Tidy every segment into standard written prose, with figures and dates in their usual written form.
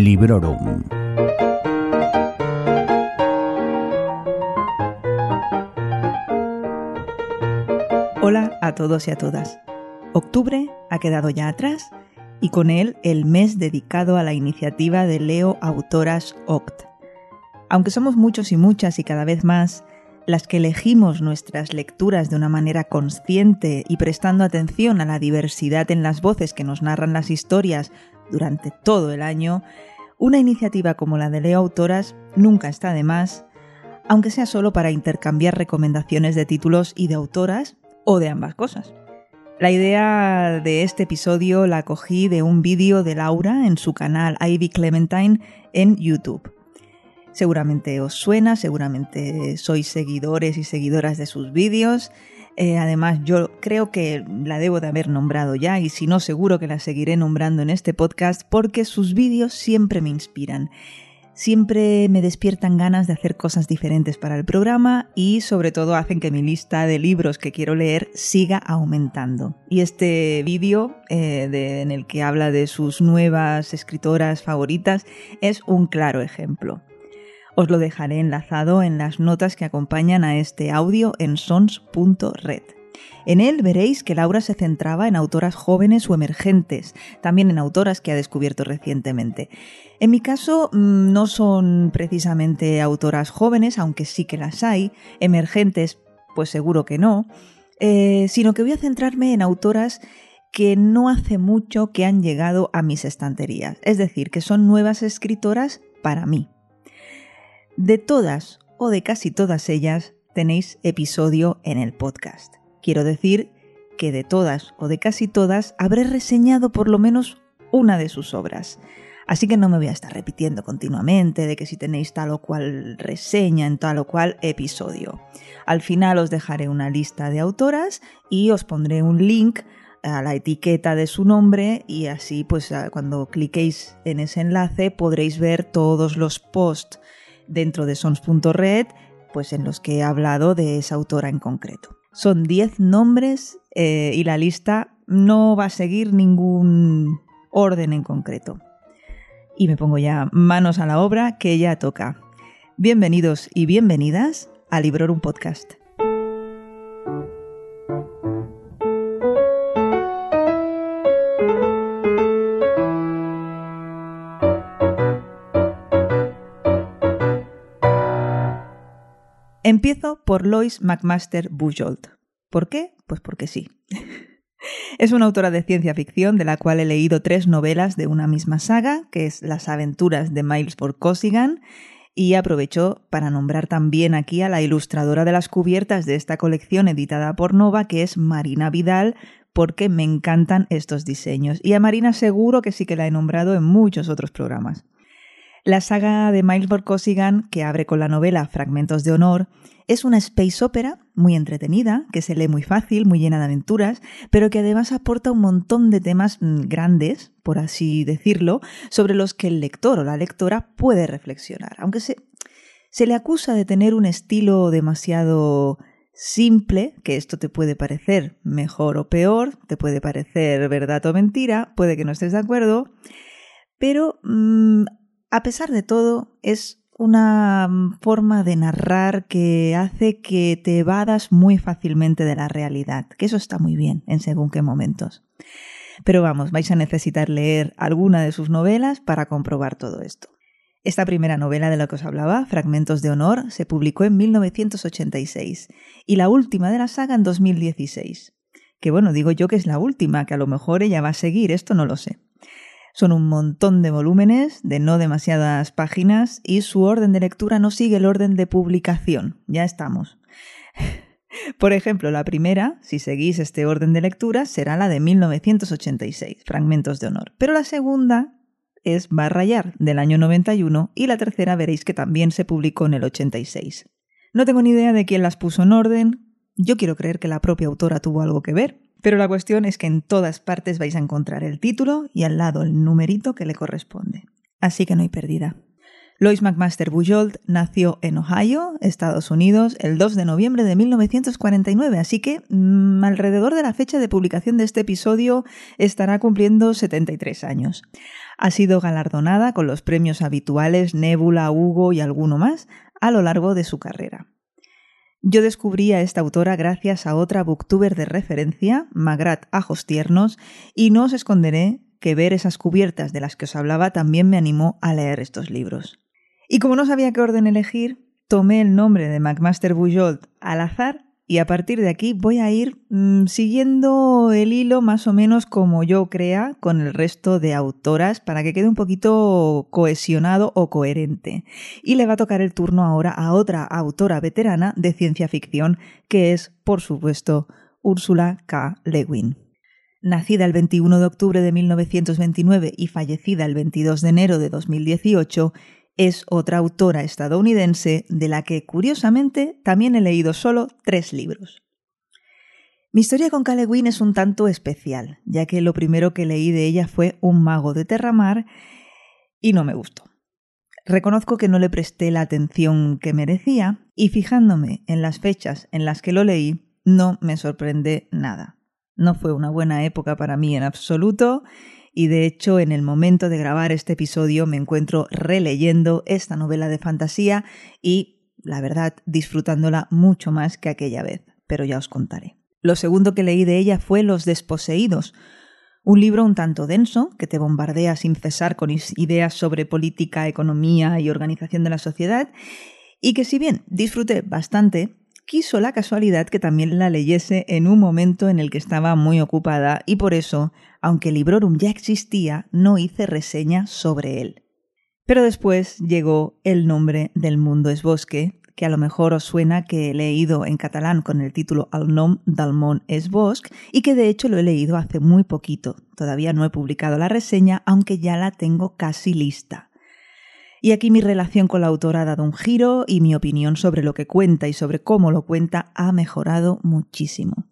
Librorum. Hola a todos y a todas. Octubre ha quedado ya atrás y con él el mes dedicado a la iniciativa de Leo Autoras OCT. Aunque somos muchos y muchas y cada vez más las que elegimos nuestras lecturas de una manera consciente y prestando atención a la diversidad en las voces que nos narran las historias durante todo el año, una iniciativa como la de Leo Autoras nunca está de más, aunque sea solo para intercambiar recomendaciones de títulos y de autoras, o de ambas cosas. La idea de este episodio la cogí de un vídeo de Laura en su canal Ivy Clementine en YouTube. Seguramente os suena, seguramente sois seguidores y seguidoras de sus vídeos. Además, yo creo que la debo de haber nombrado ya, y si no, seguro que la seguiré nombrando en este podcast, porque sus vídeos siempre me inspiran. Siempre me despiertan ganas de hacer cosas diferentes para el programa y sobre todo hacen que mi lista de libros que quiero leer siga aumentando. Y este vídeo en el que habla de sus nuevas escritoras favoritas es un claro ejemplo. Os lo dejaré enlazado en las notas que acompañan a este audio en sons.red. En él veréis que Laura se centraba en autoras jóvenes o emergentes, también en autoras que ha descubierto recientemente. En mi caso no son precisamente autoras jóvenes, aunque sí que las hay, emergentes pues seguro que no, sino que voy a centrarme en autoras que no hace mucho que han llegado a mis estanterías, es decir, que son nuevas escritoras para mí. De todas o de casi todas ellas tenéis episodio en el podcast. Quiero decir que de todas o de casi todas habré reseñado por lo menos una de sus obras. Así que no me voy a estar repitiendo continuamente de que si tenéis tal o cual reseña en tal o cual episodio. Al final os dejaré una lista de autoras y os pondré un link a la etiqueta de su nombre y así pues cuando cliquéis en ese enlace podréis ver todos los posts dentro de sons.red pues en los que he hablado de esa autora en concreto. Son 10 nombres y la lista no va a seguir ningún orden en concreto. Y me pongo ya manos a la obra, que ya toca. Bienvenidos y bienvenidas a Librorum Podcast. Empiezo por Lois McMaster Bujold. ¿Por qué? Pues porque sí. Es una autora de ciencia ficción de la cual he leído 3 novelas de una misma saga, que es Las aventuras de Miles Kosigan, y aprovecho para nombrar también aquí a la ilustradora de las cubiertas de esta colección editada por Nova, que es Marina Vidal, porque me encantan estos diseños. Y a Marina seguro que sí que la he nombrado en muchos otros programas. La saga de Miles Kosigan, que abre con la novela Fragmentos de Honor, es una space opera muy entretenida, que se lee muy fácil, muy llena de aventuras, pero que además aporta un montón de temas grandes, por así decirlo, sobre los que el lector o la lectora puede reflexionar. Aunque se le acusa de tener un estilo demasiado simple, que esto te puede parecer mejor o peor, te puede parecer verdad o mentira, puede que no estés de acuerdo, pero a pesar de todo, es una forma de narrar que hace que te evadas muy fácilmente de la realidad, que eso está muy bien en según qué momentos. Pero vamos, vais a necesitar leer alguna de sus novelas para comprobar todo esto. Esta primera novela de la que os hablaba, Fragmentos de Honor, se publicó en 1986 y la última de la saga en 2016. Que bueno, digo yo que es la última, que a lo mejor ella va a seguir, esto no lo sé. Son un montón de volúmenes, de no demasiadas páginas, y su orden de lectura no sigue el orden de publicación. Ya estamos. Por ejemplo, la primera, si seguís este orden de lectura, será la de 1986, Fragmentos de Honor. Pero la segunda es Va a rayar, del año 91, y la tercera veréis que también se publicó en el 86. No tengo ni idea de quién las puso en orden. Yo quiero creer que la propia autora tuvo algo que ver. Pero la cuestión es que en todas partes vais a encontrar el título y al lado el numerito que le corresponde. Así que no hay pérdida. Lois McMaster Bujold nació en Ohio, Estados Unidos, el 2 de noviembre de 1949, así que alrededor de la fecha de publicación de este episodio estará cumpliendo 73 años. Ha sido galardonada con los premios habituales Nebula, Hugo y alguno más a lo largo de su carrera. Yo descubrí a esta autora gracias a otra booktuber de referencia, Magrat Ajos Tiernos, y no os esconderé que ver esas cubiertas de las que os hablaba también me animó a leer estos libros. Y como no sabía qué orden elegir, tomé el nombre de McMaster Bujold al azar y a partir de aquí voy a ir siguiendo el hilo más o menos como yo crea con el resto de autoras para que quede un poquito cohesionado o coherente. Y le va a tocar el turno ahora a otra autora veterana de ciencia ficción que es, por supuesto, Ursula K. Le Guin. Nacida el 21 de octubre de 1929 y fallecida el 22 de enero de 2018, es otra autora estadounidense de la que, curiosamente, también he leído solo 3 libros. Mi historia con K. Le Guin es un tanto especial, ya que lo primero que leí de ella fue Un mago de Terramar y no me gustó. Reconozco que no le presté la atención que merecía y fijándome en las fechas en las que lo leí, no me sorprende nada. No fue una buena época para mí en absoluto y de hecho en el momento de grabar este episodio me encuentro releyendo esta novela de fantasía y, la verdad, disfrutándola mucho más que aquella vez, pero ya os contaré. Lo segundo que leí de ella fue Los desposeídos, un libro un tanto denso que te bombardea sin cesar con ideas sobre política, economía y organización de la sociedad y que si bien disfruté bastante, quiso la casualidad que también la leyese en un momento en el que estaba muy ocupada y por eso, aunque Librorum ya existía, no hice reseña sobre él. Pero después llegó El nombre del mundo es bosque, que a lo mejor os suena que he leído en catalán con el título El nom del món és bosc y que de hecho lo he leído hace muy poquito. Todavía no he publicado la reseña, aunque ya la tengo casi lista. Y aquí mi relación con la autora ha dado un giro y mi opinión sobre lo que cuenta y sobre cómo lo cuenta ha mejorado muchísimo.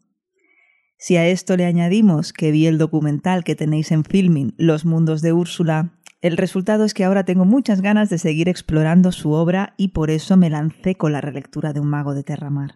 Si a esto le añadimos que vi el documental que tenéis en Filmin, Los mundos de Úrsula, el resultado es que ahora tengo muchas ganas de seguir explorando su obra y por eso me lancé con la relectura de Un mago de Terramar.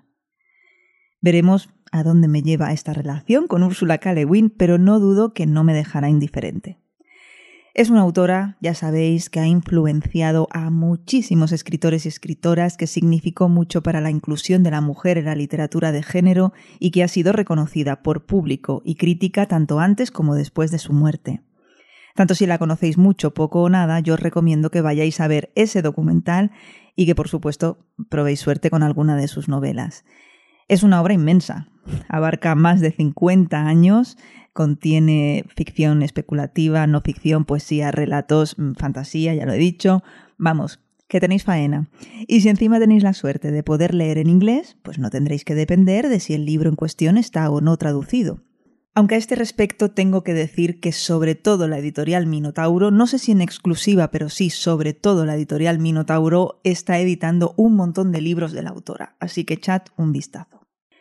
Veremos a dónde me lleva esta relación con Ursula K. Le Guin, pero no dudo que no me dejará indiferente. Es una autora, ya sabéis, que ha influenciado a muchísimos escritores y escritoras, que significó mucho para la inclusión de la mujer en la literatura de género y que ha sido reconocida por público y crítica tanto antes como después de su muerte. Tanto si la conocéis mucho, poco o nada, yo os recomiendo que vayáis a ver ese documental y que, por supuesto, probéis suerte con alguna de sus novelas. Es una obra inmensa, abarca más de 50 años, contiene ficción especulativa, no ficción, poesía, relatos, fantasía, ya lo he dicho. Vamos, que tenéis faena. Y si encima tenéis la suerte de poder leer en inglés, pues no tendréis que depender de si el libro en cuestión está o no traducido. Aunque a este respecto tengo que decir que sobre todo la editorial Minotauro, no sé si en exclusiva, pero sí sobre todo la editorial Minotauro, está editando un montón de libros de la autora, así que echad un vistazo.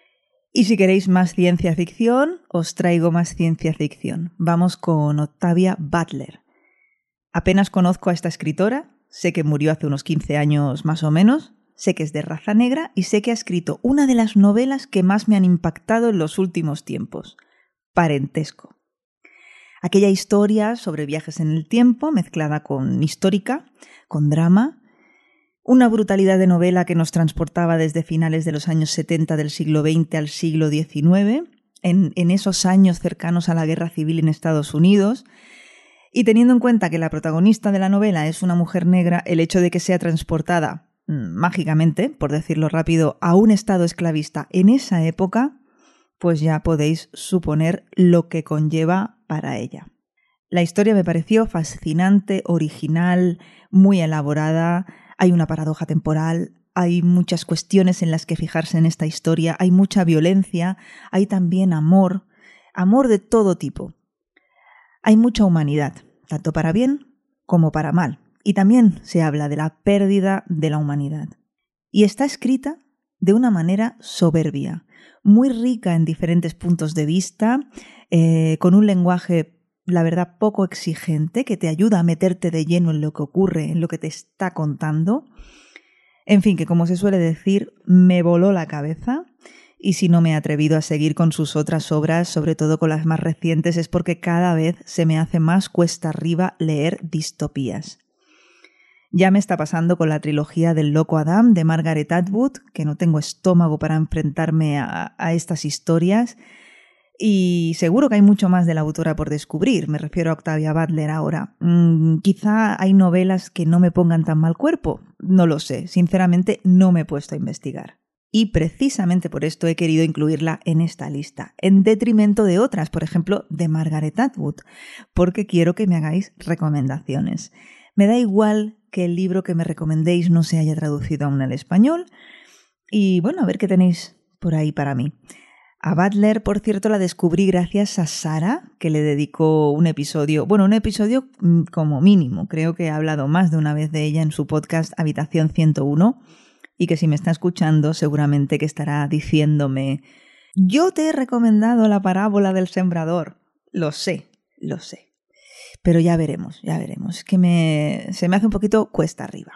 Y si queréis más ciencia ficción, os traigo más ciencia ficción. Vamos con Octavia Butler. Apenas conozco a esta escritora, sé que murió hace unos 15 años más o menos, sé que es de raza negra y sé que ha escrito una de las novelas que más me han impactado en los últimos tiempos. Parentesco. Aquella historia sobre viajes en el tiempo mezclada con histórica, con drama, una brutalidad de novela que nos transportaba desde finales de los años 70 del siglo XX al siglo XIX, en esos años cercanos a la Guerra Civil en Estados Unidos, y teniendo en cuenta que la protagonista de la novela es una mujer negra, el hecho de que sea transportada mágicamente, por decirlo rápido, a un estado esclavista en esa época, pues ya podéis suponer lo que conlleva para ella. La historia me pareció fascinante, original, muy elaborada. Hay una paradoja temporal, hay muchas cuestiones en las que fijarse en esta historia, hay mucha violencia, hay también amor de todo tipo. Hay mucha humanidad, tanto para bien como para mal. Y también se habla de la pérdida de la humanidad. Y está escrita de una manera soberbia, muy rica en diferentes puntos de vista, con un lenguaje la verdad, poco exigente, que te ayuda a meterte de lleno en lo que ocurre, en lo que te está contando. En fin, que como se suele decir, me voló la cabeza. Y si no me he atrevido a seguir con sus otras obras, sobre todo con las más recientes, es porque cada vez se me hace más cuesta arriba leer distopías. Ya me está pasando con la trilogía del Loco Adam de Margaret Atwood, que no tengo estómago para enfrentarme a estas historias. Y seguro que hay mucho más de la autora por descubrir, me refiero a Octavia Butler ahora. Quizá hay novelas que no me pongan tan mal cuerpo, no lo sé, sinceramente no me he puesto a investigar. Y precisamente por esto he querido incluirla en esta lista, en detrimento de otras, por ejemplo, de Margaret Atwood, porque quiero que me hagáis recomendaciones. Me da igual que el libro que me recomendéis no se haya traducido aún al español, y bueno, a ver qué tenéis por ahí para mí. A Butler, por cierto, la descubrí gracias a Sara, que le dedicó un episodio como mínimo. Creo que he hablado más de una vez de ella en su podcast Habitación 101 y que si me está escuchando seguramente que estará diciéndome «Yo te he recomendado la parábola del sembrador». Lo sé. Pero ya veremos. Es que se me hace un poquito cuesta arriba.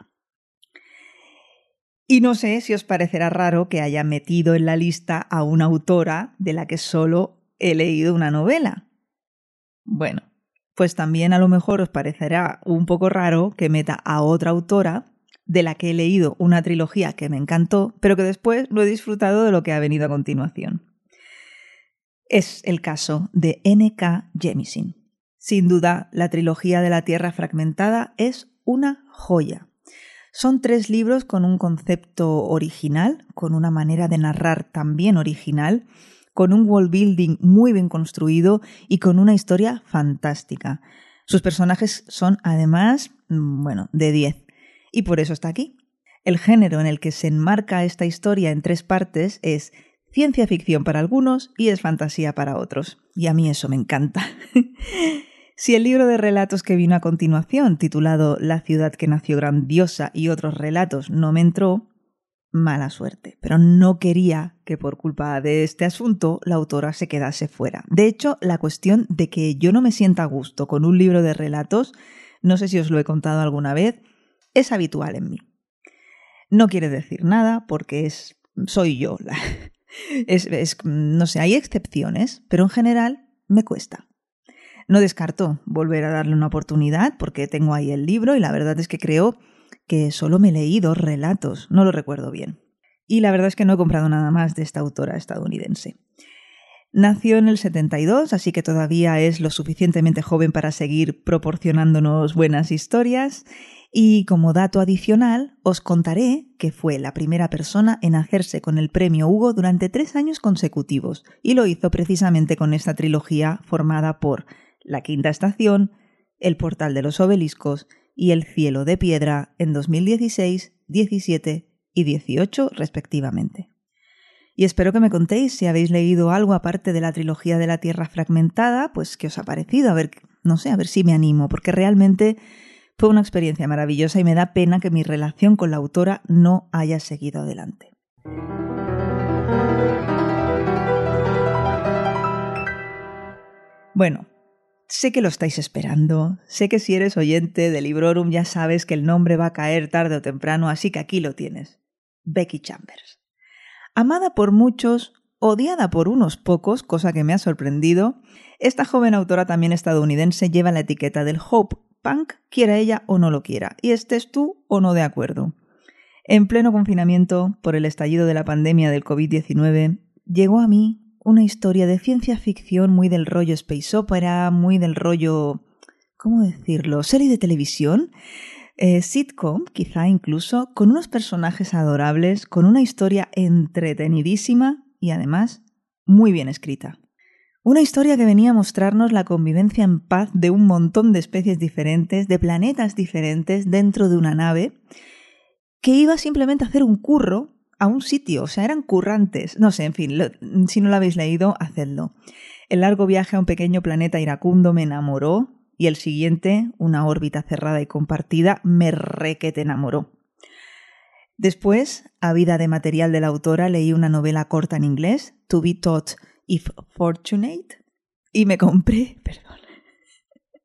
Y no sé si os parecerá raro que haya metido en la lista a una autora de la que solo he leído una novela. Bueno, pues también a lo mejor os parecerá un poco raro que meta a otra autora de la que he leído una trilogía que me encantó, pero que después no he disfrutado de lo que ha venido a continuación. Es el caso de N.K. Jemisin. Sin duda, la trilogía de la Tierra Fragmentada es una joya. Son 3 libros con un concepto original, con una manera de narrar también original, con un world building muy bien construido y con una historia fantástica. Sus personajes son además, de 10. Y por eso está aquí. El género en el que se enmarca esta historia en 3 partes es ciencia ficción para algunos y es fantasía para otros. Y a mí eso me encanta. Si el libro de relatos que vino a continuación, titulado La ciudad que nació grandiosa y otros relatos, no me entró, mala suerte. Pero no quería que por culpa de este asunto la autora se quedase fuera. De hecho, la cuestión de que yo no me sienta a gusto con un libro de relatos, no sé si os lo he contado alguna vez, es habitual en mí. No quiere decir nada porque soy yo. No sé, hay excepciones, pero en general me cuesta. No descarto volver a darle una oportunidad porque tengo ahí el libro y la verdad es que creo que solo me leí 2 relatos, no lo recuerdo bien. Y la verdad es que no he comprado nada más de esta autora estadounidense. Nació en el 72, así que todavía es lo suficientemente joven para seguir proporcionándonos buenas historias. Y como dato adicional, os contaré que fue la primera persona en hacerse con el premio Hugo durante 3 años consecutivos, y lo hizo precisamente con esta trilogía formada por La quinta estación, El portal de los obeliscos y El cielo de piedra en 2016, 17 y 18 respectivamente. Y espero que me contéis si habéis leído algo aparte de la trilogía de la Tierra Fragmentada, pues qué os ha parecido, a ver si me animo, porque realmente fue una experiencia maravillosa y me da pena que mi relación con la autora no haya seguido adelante. Bueno, sé que lo estáis esperando, sé que si eres oyente de Librorum ya sabes que el nombre va a caer tarde o temprano, así que aquí lo tienes. Becky Chambers. Amada por muchos, odiada por unos pocos, cosa que me ha sorprendido, esta joven autora también estadounidense lleva la etiqueta del Hope Punk, quiera ella o no lo quiera, y estés tú o no de acuerdo. En pleno confinamiento, por el estallido de la pandemia del COVID-19, llegó a mí una historia de ciencia ficción muy del rollo space opera, muy del rollo, ¿cómo decirlo?, serie de televisión, sitcom, quizá incluso, con unos personajes adorables, con una historia entretenidísima y además muy bien escrita. Una historia que venía a mostrarnos la convivencia en paz de un montón de especies diferentes, de planetas diferentes, dentro de una nave, que iba simplemente a hacer un curro a un sitio, o sea, eran currantes. No sé, en fin, si no lo habéis leído, hacedlo. El largo viaje a un pequeño planeta iracundo me enamoró, y el siguiente, una órbita cerrada y compartida, me requete enamoró. Después, ávida de material de la autora, leí una novela corta en inglés, To be Taught If Fortunate, y me compré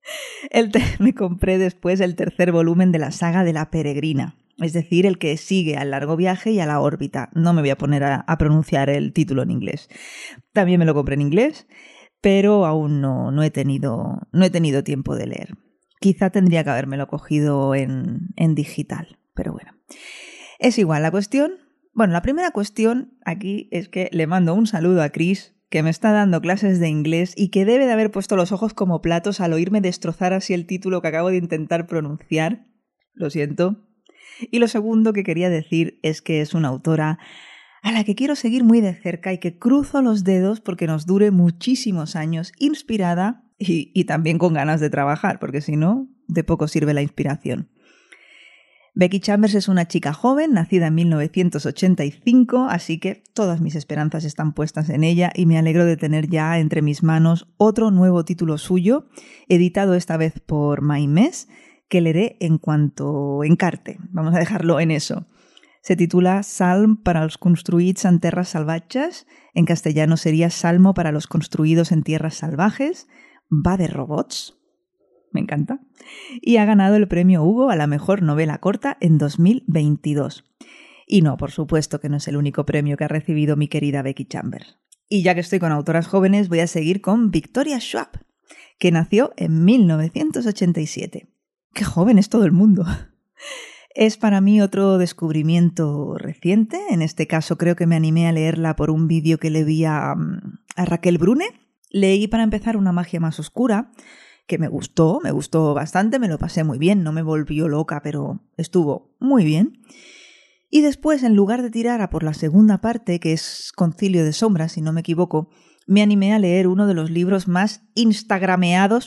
Me compré después el tercer volumen de la saga de La Peregrina, es decir, el que sigue al largo viaje y a la órbita. No me voy a poner a pronunciar el título en inglés. También me lo compré en inglés, pero aún no he tenido tiempo de leer. Quizá tendría que habérmelo cogido en digital, pero bueno. Es igual la cuestión. Bueno, la primera cuestión aquí es que le mando un saludo a Chris, que me está dando clases de inglés y que debe de haber puesto los ojos como platos al oírme destrozar así el título que acabo de intentar pronunciar. Lo siento. Y lo segundo que quería decir es que es una autora a la que quiero seguir muy de cerca y que cruzo los dedos porque nos dure muchísimos años inspirada y también con ganas de trabajar, porque si no, de poco sirve la inspiración. Becky Chambers es una chica joven, nacida en 1985, así que todas mis esperanzas están puestas en ella y me alegro de tener ya entre mis manos otro nuevo título suyo, editado esta vez por Maimés, que leeré en cuanto encarte. Vamos a dejarlo en eso. Se titula Salm para los construïts en terres salvatges. En castellano sería Salmo para los construidos en tierras salvajes. Va de robots. Me encanta. Y ha ganado el premio Hugo a la mejor novela corta en 2022. Y no, por supuesto que no es el único premio que ha recibido mi querida Becky Chambers. Y ya que estoy con autoras jóvenes, voy a seguir con Victoria Schwab, que nació en 1987. ¡Qué joven es todo el mundo! Es para mí otro descubrimiento reciente. En este caso creo que me animé a leerla por un vídeo que le vi a Raquel Brune. Leí para empezar Una magia más oscura, que me gustó bastante, me lo pasé muy bien, no me volvió loca, pero estuvo muy bien. Y después, en lugar de tirar a por la segunda parte, que es Concilio de sombras, si no me equivoco, me animé a leer uno de los libros más instagrameados,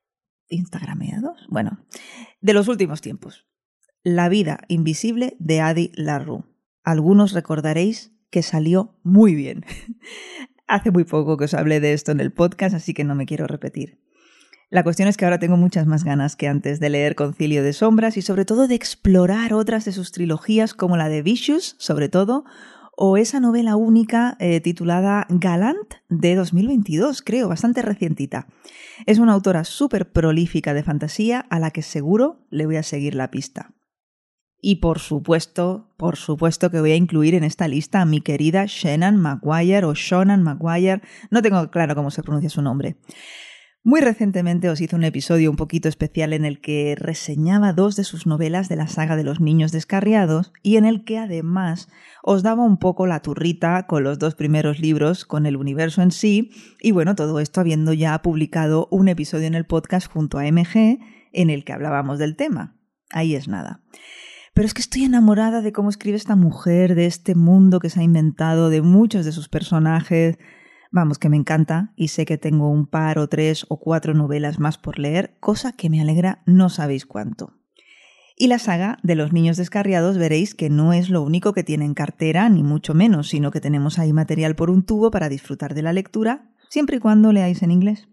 bueno, de los últimos tiempos. La vida invisible de Adi Larru. Algunos recordaréis que salió muy bien. Hace muy poco que os hablé de esto en el podcast, así que no me quiero repetir. La cuestión es que ahora tengo muchas más ganas que antes de leer Concilio de sombras y sobre todo de explorar otras de sus trilogías como la de Vicious, sobre todo, o esa novela única titulada Galant de 2022, creo, bastante recientita. Es una autora súper prolífica de fantasía a la que seguro le voy a seguir la pista. Y por supuesto que voy a incluir en esta lista a mi querida Shannon Maguire o Shonan Maguire, no tengo claro cómo se pronuncia su nombre. Muy recientemente os hice un episodio un poquito especial en el que reseñaba 2 de sus novelas de la saga de los niños descarriados y en el que además os daba un poco la turrita con los 2 primeros libros, con el universo en sí, y bueno, todo esto habiendo ya publicado un episodio en el podcast junto a MG en el que hablábamos del tema. Ahí es nada. Pero es que estoy enamorada de cómo escribe esta mujer, de este mundo que se ha inventado, de muchos de sus personajes. Vamos, que me encanta y sé que tengo un par o 3 o 4 novelas más por leer, cosa que me alegra no sabéis cuánto. Y la saga de los niños descarriados veréis que no es lo único que tiene en cartera, ni mucho menos, sino que tenemos ahí material por un tubo para disfrutar de la lectura, siempre y cuando leáis en inglés.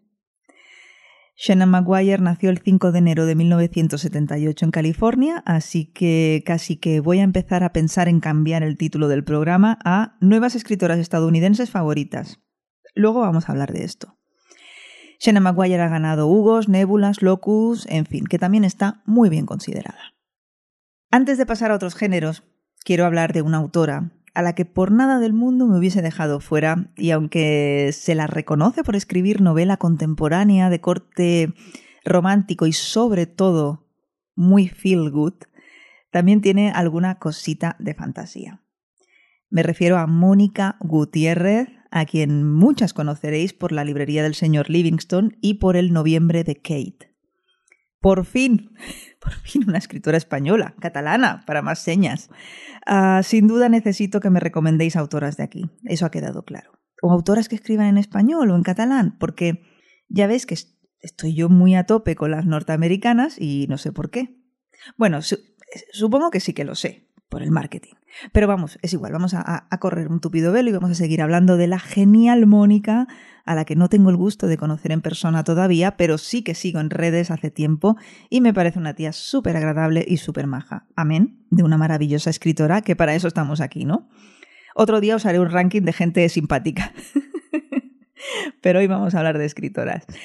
Shannon Maguire nació el 5 de enero de 1978 en California, así que casi que voy a empezar a pensar en cambiar el título del programa a Nuevas escritoras estadounidenses favoritas. Luego vamos a hablar de esto. Shannon Maguire ha ganado Hugos, Nébulas, Locus, en fin, que también está muy bien considerada. Antes de pasar a otros géneros, quiero hablar de una autora a la que por nada del mundo me hubiese dejado fuera, y aunque se la reconoce por escribir novela contemporánea de corte romántico y sobre todo muy feel good, también tiene alguna cosita de fantasía. Me refiero a Mónica Gutiérrez, a quien muchas conoceréis por La librería del señor Livingstone y por El noviembre de Kate. Por fin una escritora española, catalana, para más señas. Sin duda necesito que me recomendéis autoras de aquí, eso ha quedado claro. O autoras que escriban en español o en catalán, porque ya veis que estoy yo muy a tope con las norteamericanas y no sé por qué. Bueno, supongo que sí que lo sé, por el marketing. Pero vamos, es igual, vamos a correr un tupido velo y vamos a seguir hablando de la genial Mónica, a la que no tengo el gusto de conocer en persona todavía, pero sí que sigo en redes hace tiempo y me parece una tía súper agradable y súper maja. Amén, de una maravillosa escritora, que para eso estamos aquí, ¿no? Otro día os haré un ranking de gente simpática. Pero hoy vamos a hablar de escritoras.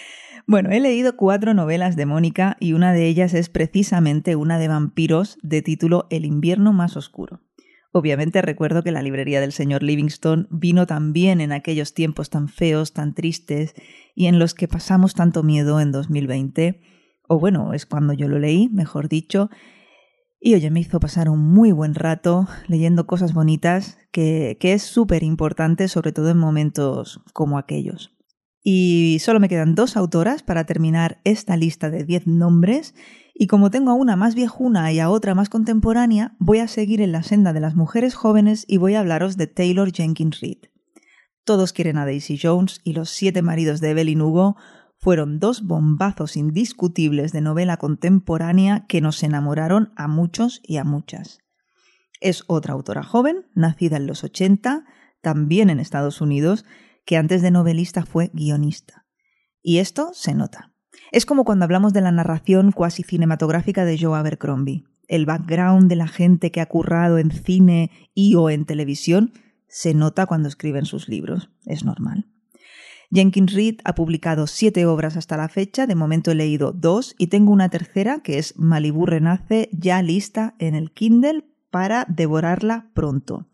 Bueno, he leído 4 novelas de Mónica y una de ellas es precisamente una de vampiros de título El invierno más oscuro. Obviamente recuerdo que la librería del señor Livingstone vino también en aquellos tiempos tan feos, tan tristes y en los que pasamos tanto miedo en 2020. O bueno, es cuando yo lo leí, mejor dicho. Y oye, me hizo pasar un muy buen rato leyendo cosas bonitas que es súper importante, sobre todo en momentos como aquellos. Y solo me quedan 2 autoras para terminar esta lista de 10 nombres. Y como tengo a una más viejuna y a otra más contemporánea, voy a seguir en la senda de las mujeres jóvenes y voy a hablaros de Taylor Jenkins Reid. Todos quieren a Daisy Jones y Los 7 maridos de Evelyn Hugo fueron 2 bombazos indiscutibles de novela contemporánea que nos enamoraron a muchos y a muchas. Es otra autora joven, nacida en los 80, también en Estados Unidos, que antes de novelista fue guionista. Y esto se nota. Es como cuando hablamos de la narración cuasi cinematográfica de Joe Abercrombie. El background de la gente que ha currado en cine y o en televisión se nota cuando escriben sus libros. Es normal. Jenkins Reid ha publicado 7 obras hasta la fecha, de momento he leído 2 y tengo una tercera que es Malibú Renace, ya lista en el Kindle para devorarla pronto.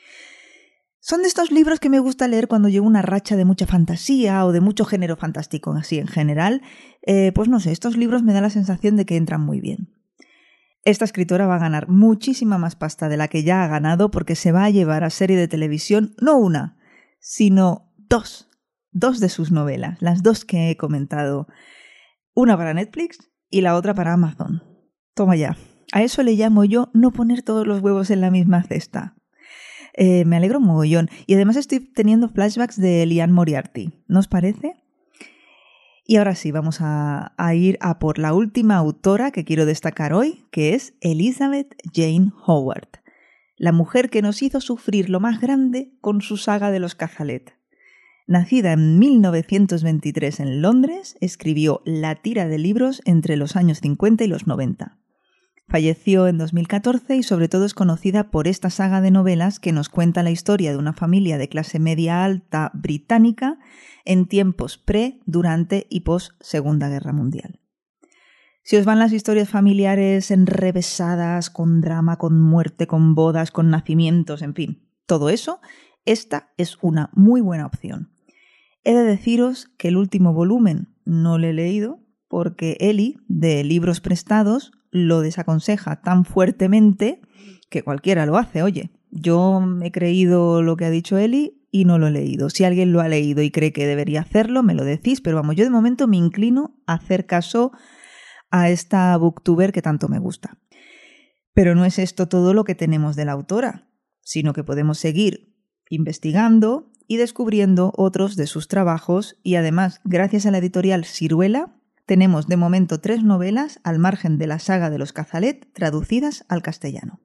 Son de estos libros que me gusta leer cuando llevo una racha de mucha fantasía o de mucho género fantástico así en general. Pues no sé, estos libros me da la sensación de que entran muy bien. Esta escritora va a ganar muchísima más pasta de la que ya ha ganado porque se va a llevar a serie de televisión no una, sino 2. 2 de sus novelas, las 2 que he comentado. Una para Netflix y la otra para Amazon. Toma ya. A eso le llamo yo no poner todos los huevos en la misma cesta. Me alegro un mogollón. Y además estoy teniendo flashbacks de Liane Moriarty. ¿No os parece? Y ahora sí, vamos a ir a por la última autora que quiero destacar hoy, que es Elizabeth Jane Howard. La mujer que nos hizo sufrir lo más grande con su saga de los Cazalet. Nacida en 1923 en Londres, escribió la tira de libros entre los años 50 y los 90. Falleció en 2014 y sobre todo es conocida por esta saga de novelas que nos cuenta la historia de una familia de clase media alta británica en tiempos pre, durante y post Segunda Guerra Mundial. Si os van las historias familiares enrevesadas, con drama, con muerte, con bodas, con nacimientos, en fin, todo eso, esta es una muy buena opción. He de deciros que el último volumen no lo he leído porque Eli, de Libros Prestados, lo desaconseja tan fuertemente que cualquiera lo hace. Oye, yo me he creído lo que ha dicho Eli y no lo he leído. Si alguien lo ha leído y cree que debería hacerlo, me lo decís, pero vamos, yo de momento me inclino a hacer caso a esta booktuber que tanto me gusta. Pero no es esto todo lo que tenemos de la autora, sino que podemos seguir investigando y descubriendo otros de sus trabajos y además, gracias a la editorial Siruela, tenemos de momento 3 novelas al margen de la saga de los Cazalet traducidas al castellano.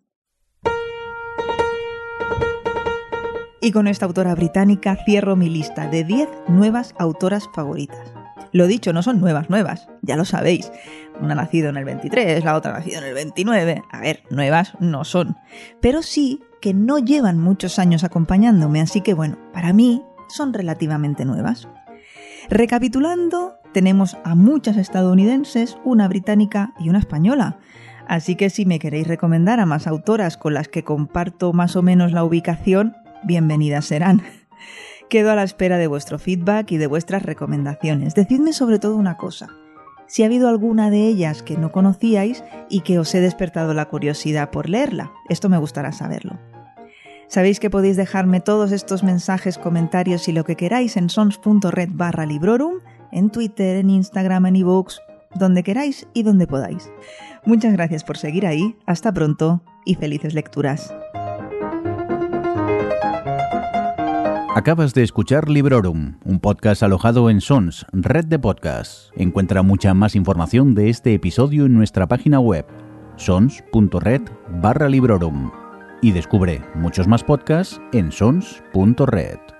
Y con esta autora británica cierro mi lista de 10 nuevas autoras favoritas. Lo dicho, no son nuevas, ya lo sabéis. Una nacida en el 23, la otra nacida en el 29. A ver, nuevas no son. Pero sí que no llevan muchos años acompañándome, así que bueno, para mí son relativamente nuevas. Recapitulando, tenemos a muchas estadounidenses, una británica y una española. Así que si me queréis recomendar a más autoras con las que comparto más o menos la ubicación, bienvenidas serán. Quedo a la espera de vuestro feedback y de vuestras recomendaciones. Decidme sobre todo una cosa. Si ha habido alguna de ellas que no conocíais y que os he despertado la curiosidad por leerla. Esto me gustará saberlo. Sabéis que podéis dejarme todos estos mensajes, comentarios y lo que queráis en sons.red/librorum, en Twitter, en Instagram, en iVoox, donde queráis y donde podáis. Muchas gracias por seguir ahí, hasta pronto y felices lecturas. Acabas de escuchar Librorum, un podcast alojado en Sons, red de podcasts. Encuentra mucha más información de este episodio en nuestra página web, sons.red/librorum. Y descubre muchos más podcasts en sons.red.